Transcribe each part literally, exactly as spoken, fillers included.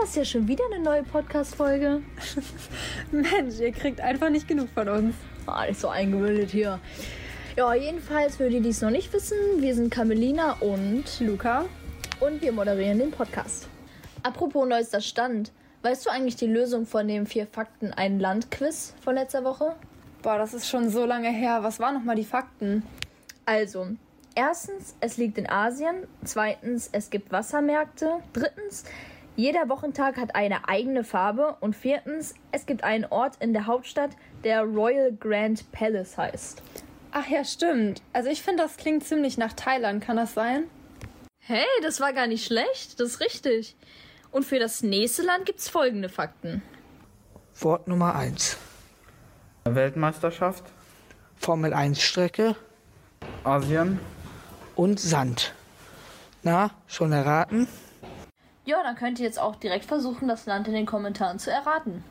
das ist ja schon wieder eine neue Podcast-Folge. Mensch, ihr kriegt einfach nicht genug von uns. Ah, nicht so eingebildet hier. Ja, jedenfalls für die, die es noch nicht wissen, wir sind Carmelina und Luca. Und wir moderieren den Podcast. Apropos neuester Stand. Weißt du eigentlich die Lösung von dem Vier-Fakten-Ein-Land-Quiz von letzter Woche? Boah, das ist schon so lange her. Was waren nochmal die Fakten? Also, erstens, es liegt in Asien. Zweitens, es gibt Wassermärkte. Drittens, jeder Wochentag hat eine eigene Farbe. Und viertens, es gibt einen Ort in der Hauptstadt, der Royal Grand Palace heißt. Ach ja, stimmt. Also ich finde, das klingt ziemlich nach Thailand. Kann das sein? Hey, das war gar nicht schlecht. Das ist richtig. Und für das nächste Land gibt's folgende Fakten. Wort Nummer eins. Weltmeisterschaft. Formel eins Strecke. Asien. Und Sand. Na, schon erraten? Ja, dann könnt ihr jetzt auch direkt versuchen, das Land in den Kommentaren zu erraten.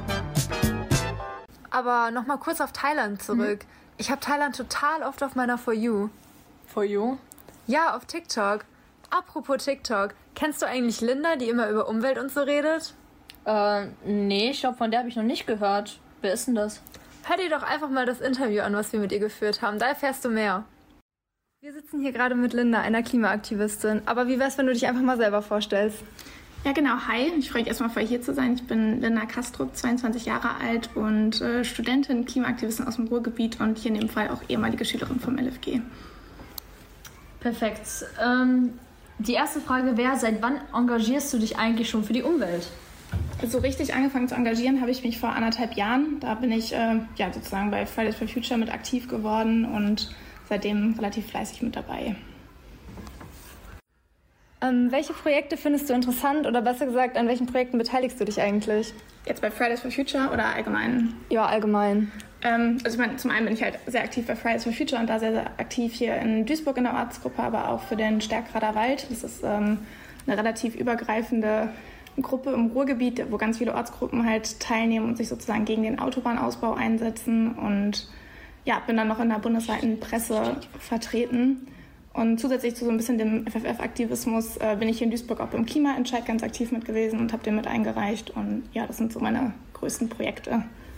Aber nochmal kurz auf Thailand zurück. Hm. Ich habe Thailand total oft auf meiner For You. For You? Ja, auf TikTok. Apropos TikTok. Kennst du eigentlich Linda, die immer über Umwelt und so redet? Äh, nee, ich glaube, von der habe ich noch nicht gehört. Wer ist denn das? Hör dir doch einfach mal das Interview an, was wir mit ihr geführt haben. Da erfährst du mehr. Wir sitzen hier gerade mit Linda, einer Klimaaktivistin. Aber wie wär's, wenn du dich einfach mal selber vorstellst? Ja, genau. Hi, ich freue mich erstmal voll hier zu sein. Ich bin Linda Kastrup, zweiundzwanzig Jahre alt und äh, Studentin, Klimaaktivistin aus dem Ruhrgebiet und hier in dem Fall auch ehemalige Schülerin vom L F G. Perfekt. Ähm, die erste Frage wäre, seit wann engagierst du dich eigentlich schon für die Umwelt? So richtig angefangen zu engagieren habe ich mich vor anderthalb Jahren. Da bin ich äh, ja, sozusagen bei Fridays for Future mit aktiv geworden und seitdem relativ fleißig mit dabei. Ähm, welche Projekte findest du interessant oder besser gesagt, an welchen Projekten beteiligst du dich eigentlich? Jetzt bei Fridays for Future oder allgemein? Ja, allgemein. Ähm, also ich meine, zum einen bin ich halt sehr aktiv bei Fridays for Future und da sehr, sehr aktiv hier in Duisburg in der Ortsgruppe, aber auch für den Stärkrader Wald. Das ist ähm, eine relativ übergreifende Gruppe im Ruhrgebiet, wo ganz viele Ortsgruppen halt teilnehmen und sich sozusagen gegen den Autobahnausbau einsetzen. Und ja, bin dann noch in der bundesweiten Presse vertreten. Und zusätzlich zu so ein bisschen dem F F F-Aktivismus äh, bin ich hier in Duisburg auch beim Klimaentscheid ganz aktiv mit gewesen und habe den mit eingereicht. Und ja, das sind so meine größten Projekte.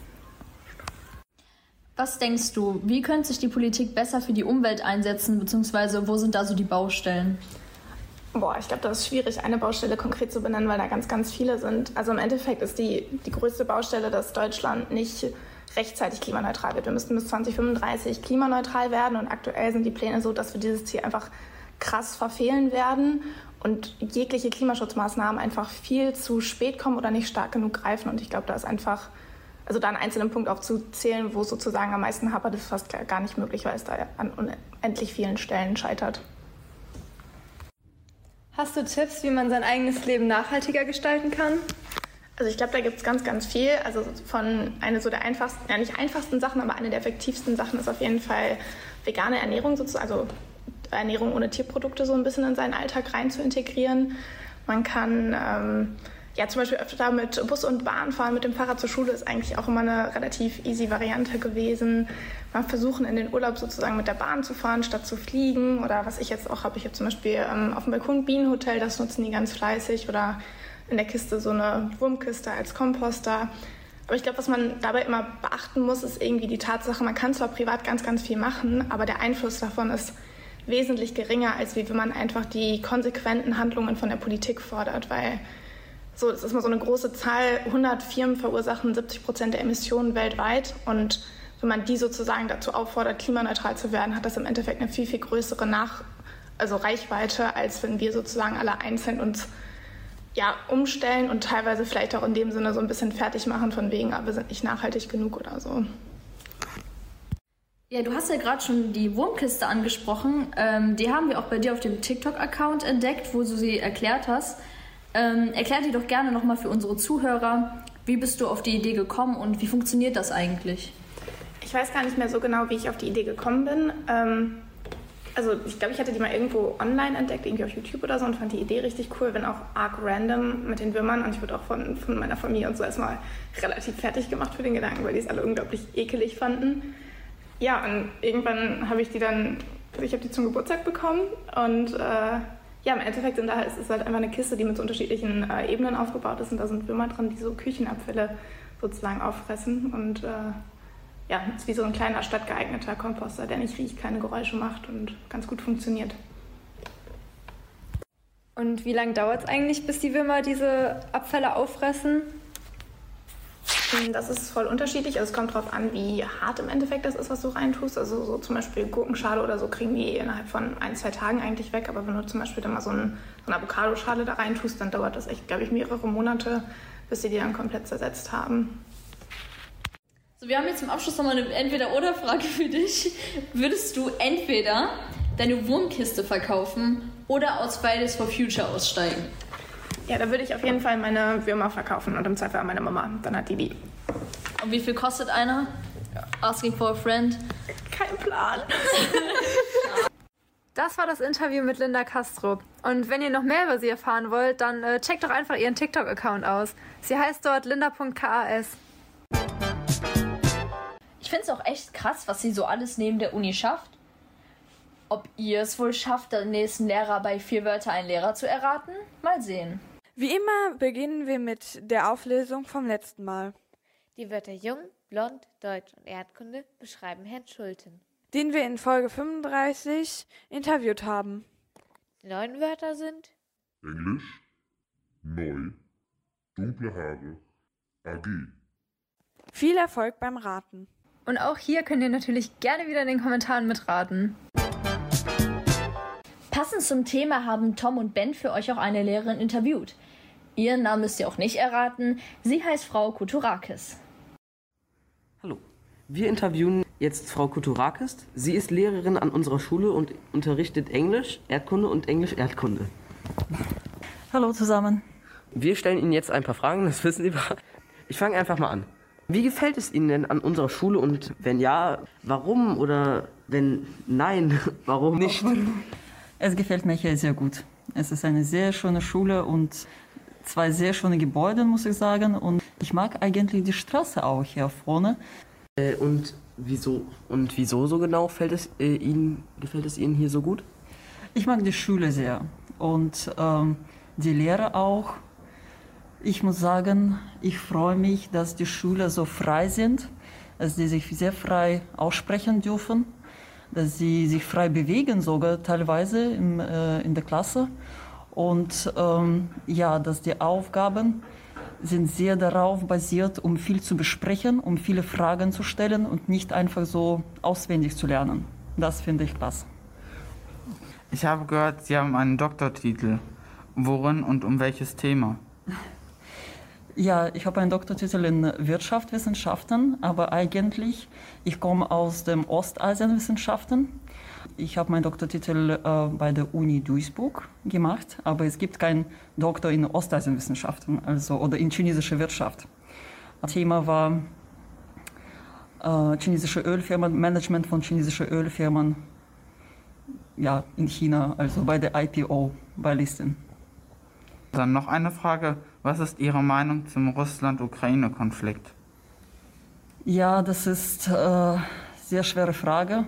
Was denkst du, wie könnte sich die Politik besser für die Umwelt einsetzen, beziehungsweise wo sind da so die Baustellen? Boah, ich glaube, das ist schwierig, eine Baustelle konkret zu benennen, weil da ganz, ganz viele sind. Also im Endeffekt ist die, die größte Baustelle, dass Deutschland nicht rechtzeitig klimaneutral wird. Wir müssten bis zwanzig fünfunddreißig klimaneutral werden und aktuell sind die Pläne so, dass wir dieses Ziel einfach krass verfehlen werden und jegliche Klimaschutzmaßnahmen einfach viel zu spät kommen oder nicht stark genug greifen. Und ich glaube, da ist einfach, also da einen einzelnen Punkt aufzuzählen, wo es sozusagen am meisten hapert, ist fast gar nicht möglich, weil es da an unendlich vielen Stellen scheitert. Hast du Tipps, wie man sein eigenes Leben nachhaltiger gestalten kann? Also ich glaube, da gibt es ganz, ganz viel. Also von einer so der einfachsten, ja nicht einfachsten Sachen, aber eine der effektivsten Sachen ist auf jeden Fall vegane Ernährung, sozusagen, also Ernährung ohne Tierprodukte so ein bisschen in seinen Alltag rein zu integrieren. Man kann ähm, ja zum Beispiel öfter mit Bus und Bahn fahren, mit dem Fahrrad zur Schule ist eigentlich auch immer eine relativ easy Variante gewesen. Mal versuchen, in den Urlaub sozusagen mit der Bahn zu fahren, statt zu fliegen. Oder was ich jetzt auch habe, ich habe zum Beispiel ähm, auf dem Balkon ein Bienenhotel, das nutzen die ganz fleißig. Oder in der Kiste so eine Wurmkiste als Komposter. Aber ich glaube, was man dabei immer beachten muss, ist irgendwie die Tatsache, man kann zwar privat ganz, ganz viel machen, aber der Einfluss davon ist wesentlich geringer, als wie wenn man einfach die konsequenten Handlungen von der Politik fordert, weil so, das ist mal so eine große Zahl, hundert Firmen verursachen siebzig Prozent der Emissionen weltweit und wenn man die sozusagen dazu auffordert, klimaneutral zu werden, hat das im Endeffekt eine viel, viel größere Nach-, also Reichweite, als wenn wir sozusagen alle einzeln uns ja, umstellen und teilweise vielleicht auch in dem Sinne so ein bisschen fertig machen von wegen, aber wir sind nicht nachhaltig genug oder so. Ja, du hast ja gerade schon die Wurmkiste angesprochen. Ähm, die haben wir auch bei dir auf dem TikTok-Account entdeckt, wo du sie erklärt hast. Ähm, erklär die doch gerne nochmal für unsere Zuhörer. Wie bist du auf die Idee gekommen und wie funktioniert das eigentlich? Ich weiß gar nicht mehr so genau, wie ich auf die Idee gekommen bin. Ähm, also ich glaube, ich hatte die mal irgendwo online entdeckt, irgendwie auf YouTube oder so und fand die Idee richtig cool, wenn auch arg random mit den Würmern. Und ich wurde auch von, von meiner Familie und so erstmal relativ fertig gemacht für den Gedanken, weil die es alle unglaublich ekelig fanden. Ja, und irgendwann habe ich die dann, also ich habe die zum Geburtstag bekommen und äh, Ja, im Endeffekt sind da, es ist halt einfach eine Kiste, die mit so unterschiedlichen äh, Ebenen aufgebaut ist und da sind Würmer drin, die so Küchenabfälle sozusagen auffressen und äh, ja, es ist wie so ein kleiner stadtgeeigneter Komposter, der nicht riecht, keine Geräusche macht und ganz gut funktioniert. Und wie lange dauert es eigentlich, bis die Würmer diese Abfälle auffressen? Das ist voll unterschiedlich. Also es kommt darauf an, wie hart im Endeffekt das ist, was du reintust. Also so zum Beispiel Gurkenschale oder so kriegen die innerhalb von ein, zwei Tagen eigentlich weg. Aber wenn du zum Beispiel dann mal so, ein, so eine Avocadoschale da reintust, dann dauert das echt, glaube ich, mehrere Monate, bis sie die dann komplett zersetzt haben. So, wir haben jetzt zum Abschluss nochmal eine Entweder-Oder-Frage für dich. Würdest du entweder deine Wurmkiste verkaufen oder aus Fridays for Future aussteigen? Ja, da würde ich auf jeden Fall meine Würmer verkaufen und im Zweifel an meine Mama. Dann hat die die. Und wie viel kostet einer? Asking for a friend. Kein Plan. Das war das Interview mit Linda Castro. Und wenn ihr noch mehr über sie erfahren wollt, dann äh, checkt doch einfach ihren TikTok-Account aus. Sie heißt dort linda punkt kas. Ich finde es auch echt krass, was sie so alles neben der Uni schafft. Ob ihr es wohl schafft, den nächsten Lehrer bei vier Wörter ein Lehrer zu erraten? Mal sehen. Wie immer beginnen wir mit der Auflösung vom letzten Mal. Die Wörter Jung, Blond, Deutsch und Erdkunde beschreiben Herrn Schulten, den wir in Folge fünfunddreißig interviewt haben. Die neuen Wörter sind Englisch, neu, dunkle Haare, A G. Viel Erfolg beim Raten. Und auch hier könnt ihr natürlich gerne wieder in den Kommentaren mitraten. Passend zum Thema haben Tom und Ben für euch auch eine Lehrerin interviewt. Ihren Namen müsst ihr auch nicht erraten. Sie heißt Frau Kuturakis. Hallo, wir interviewen jetzt Frau Kuturakis. Sie ist Lehrerin an unserer Schule und unterrichtet Englisch, Erdkunde und Englisch-Erdkunde. Hallo zusammen. Wir stellen Ihnen jetzt ein paar Fragen, das wissen Sie bereits. Ich fange einfach mal an. Wie gefällt es Ihnen denn an unserer Schule und wenn ja, warum oder wenn nein, warum nicht? Es gefällt mir hier sehr gut. Es ist eine sehr schöne Schule und zwei sehr schöne Gebäude, muss ich sagen. Und ich mag eigentlich die Straße auch hier vorne. Äh, und wieso und wieso so genau fällt es äh, Ihnen, gefällt es Ihnen hier so gut? Ich mag die Schule sehr und ähm, die Lehrer auch. Ich muss sagen, ich freue mich, dass die Schüler so frei sind, dass sie sich sehr frei aussprechen dürfen, dass sie sich frei bewegen sogar teilweise im, äh, in der Klasse. Und ähm, ja, dass die Aufgaben sind sehr darauf basiert, um viel zu besprechen, um viele Fragen zu stellen und nicht einfach so auswendig zu lernen. Das finde ich klasse. Ich habe gehört, Sie haben einen Doktortitel. Worin und um welches Thema? Ja, ich habe einen Doktortitel in Wirtschaftswissenschaften, aber eigentlich, ich komme aus den Ostasienwissenschaften. Ich habe meinen Doktortitel äh, bei der Uni Duisburg gemacht, aber es gibt keinen Doktor in Ostasienwissenschaften, also oder in chinesischer Wirtschaft. Das Thema war äh, chinesische Ölfirmen, Management von chinesischen Ölfirmen, ja, in China, also bei der I P O, bei Listen. Dann noch eine Frage. Was ist Ihre Meinung zum Russland-Ukraine-Konflikt? Ja, das ist eine äh, sehr schwere Frage.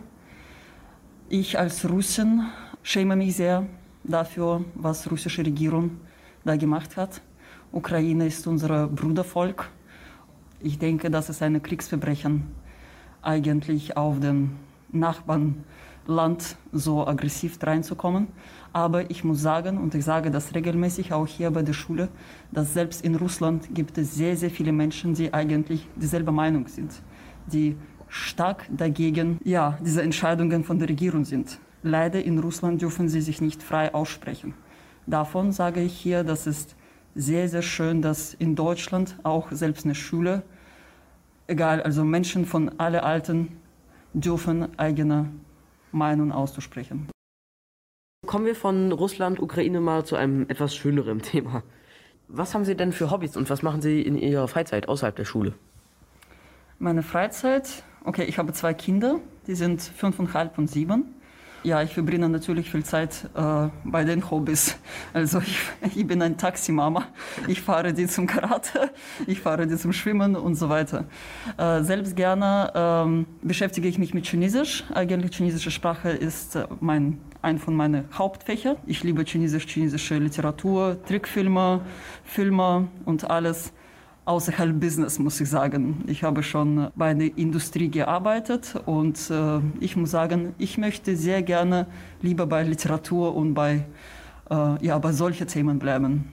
Ich als Russin schäme mich sehr dafür, was die russische Regierung da gemacht hat. Ukraine ist unser Brudervolk. Ich denke, das ist ein Kriegsverbrechen, eigentlich auf den Nachbarland so aggressiv reinzukommen. Aber ich muss sagen, und ich sage das regelmäßig auch hier bei der Schule, dass selbst in Russland gibt es sehr, sehr viele Menschen, die eigentlich dieselbe Meinung sind, die stark dagegen, ja, diese Entscheidungen von der Regierung sind. Leider in Russland dürfen sie sich nicht frei aussprechen. Davon sage ich hier, das ist sehr, sehr schön, dass in Deutschland auch selbst eine Schule, egal, also Menschen von alle Alten dürfen eigene Meinung auszusprechen. Kommen wir von Russland, Ukraine mal zu einem etwas schöneren Thema. Was haben Sie denn für Hobbys und was machen Sie in Ihrer Freizeit außerhalb der Schule? Meine Freizeit, okay, ich habe zwei Kinder, die sind fünfeinhalb und sieben. Ja, ich verbringe natürlich viel Zeit äh, bei den Hobbys. Also ich, ich bin ein Taximama. Ich fahre die zum Karate, ich fahre die zum Schwimmen und so weiter. Äh, selbst gerne ähm, beschäftige ich mich mit Chinesisch. Eigentlich chinesische Sprache ist äh, mein, ein von meinen Hauptfächern. Ich liebe Chinesisch, chinesische Literatur, Trickfilme, Filme und alles. Außerhalb Business, muss ich sagen. Ich habe schon bei der Industrie gearbeitet und äh, ich muss sagen, ich möchte sehr gerne lieber bei Literatur und bei, äh, ja, bei solchen Themen bleiben.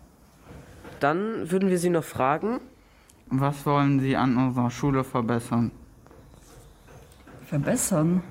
Dann würden wir Sie noch fragen, was wollen Sie an unserer Schule verbessern? Verbessern?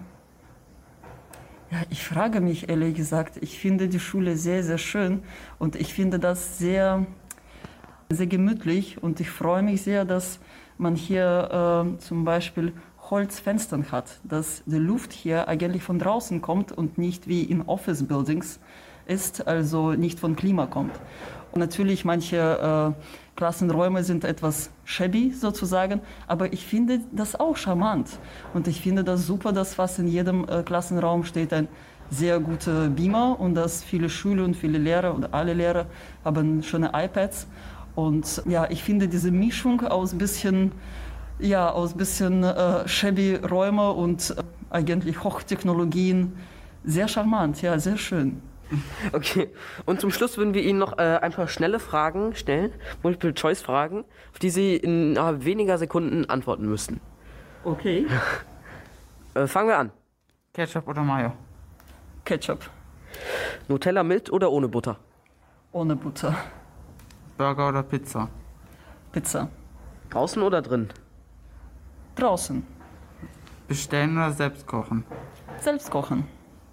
Ja, ich frage mich ehrlich gesagt, ich finde die Schule sehr, sehr schön und ich finde das sehr... sehr gemütlich und ich freue mich sehr, dass man hier äh, zum Beispiel Holzfenstern hat, dass die Luft hier eigentlich von draußen kommt und nicht wie in Office-Buildings ist, also nicht von Klima kommt. Und natürlich manche äh, Klassenräume sind etwas shabby sozusagen, aber ich finde das auch charmant und ich finde das super, dass fast in jedem äh, Klassenraum steht ein sehr guter Beamer und dass viele Schüler und viele Lehrer oder alle Lehrer haben schöne iPads. Und ja, ich finde diese Mischung aus bisschen, ja, aus bisschen äh, shabby Räume und äh, eigentlich Hochtechnologien sehr charmant, ja, sehr schön. Okay, und zum Schluss würden wir Ihnen noch äh, ein paar schnelle Fragen stellen, Multiple-Choice-Fragen, auf die Sie in äh, weniger Sekunden antworten müssten. Okay. äh, fangen wir an. Ketchup oder Mayo? Ketchup. Nutella mit oder ohne Butter? Ohne Butter. Burger oder Pizza? Pizza. Draußen oder drin? Draußen. Bestellen oder selbst kochen? Selbst kochen.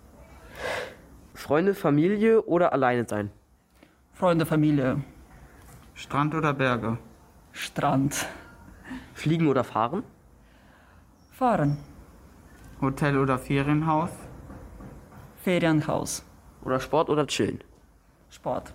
Freunde, Familie oder alleine sein? Freunde, Familie. Strand oder Berge? Strand. Fliegen oder fahren? Fahren. Hotel oder Ferienhaus? Ferienhaus. Oder Sport oder chillen? Sport.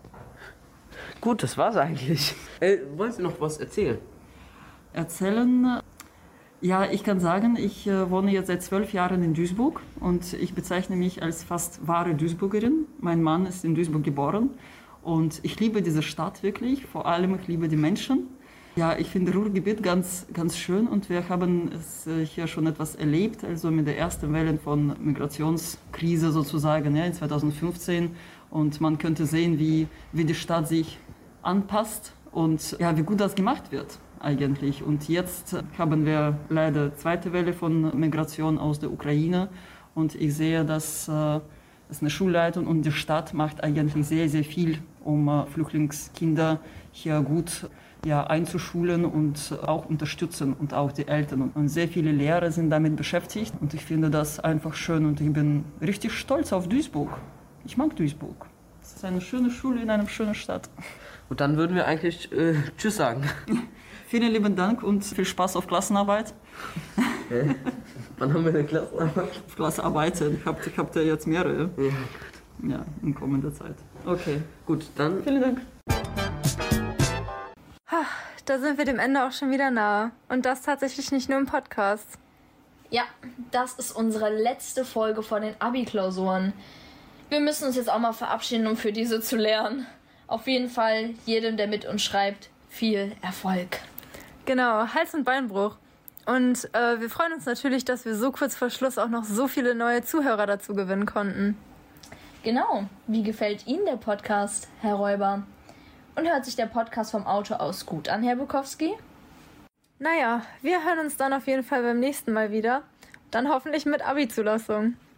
Gut, das war's eigentlich. Äh, wollen Sie noch was erzählen? Erzählen? Ja, ich kann sagen, ich äh, wohne jetzt seit zwölf Jahren in Duisburg und ich bezeichne mich als fast wahre Duisburgerin. Mein Mann ist in Duisburg geboren und ich liebe diese Stadt wirklich, vor allem ich liebe die Menschen. Ja, ich finde Ruhrgebiet ganz, ganz schön und wir haben es äh, hier schon etwas erlebt, also mit der ersten Welle von Migrationskrise sozusagen, ja, in zweitausendfünfzehn. Und man könnte sehen, wie, wie die Stadt sich anpasst und ja, wie gut das gemacht wird eigentlich. Und jetzt haben wir leider zweite Welle von Migration aus der Ukraine und ich sehe, dass äh, das eine Schulleitung und die Stadt macht eigentlich sehr, sehr viel, um äh, Flüchtlingskinder hier gut ja, einzuschulen und auch unterstützen und auch die Eltern. Und sehr viele Lehrer sind damit beschäftigt und ich finde das einfach schön und ich bin richtig stolz auf Duisburg. Ich mag Duisburg. Es ist eine schöne Schule in einer schönen Stadt. Und dann würden wir eigentlich äh, Tschüss sagen. Vielen lieben Dank und viel Spaß auf Klassenarbeit. Hä? Wann haben wir eine Klassenarbeit? Auf Klassenarbeiten. Ich habe ich hab da jetzt mehrere. Ja. Ja, in kommender Zeit. Okay. Gut, dann. Vielen Dank. Da sind wir dem Ende auch schon wieder nahe. Und das tatsächlich nicht nur im Podcast. Ja, das ist unsere letzte Folge von den Abi-Klausuren. Wir müssen uns jetzt auch mal verabschieden, um für diese zu lernen. Auf jeden Fall jedem, der mit uns schreibt, viel Erfolg. Genau, Hals- und Beinbruch. Und äh, wir freuen uns natürlich, dass wir so kurz vor Schluss auch noch so viele neue Zuhörer dazu gewinnen konnten. Genau. Wie gefällt Ihnen der Podcast, Herr Räuber? Und hört sich der Podcast vom Auto aus gut an, Herr Bukowski? Naja, wir hören uns dann auf jeden Fall beim nächsten Mal wieder. Dann hoffentlich mit Abi-Zulassung.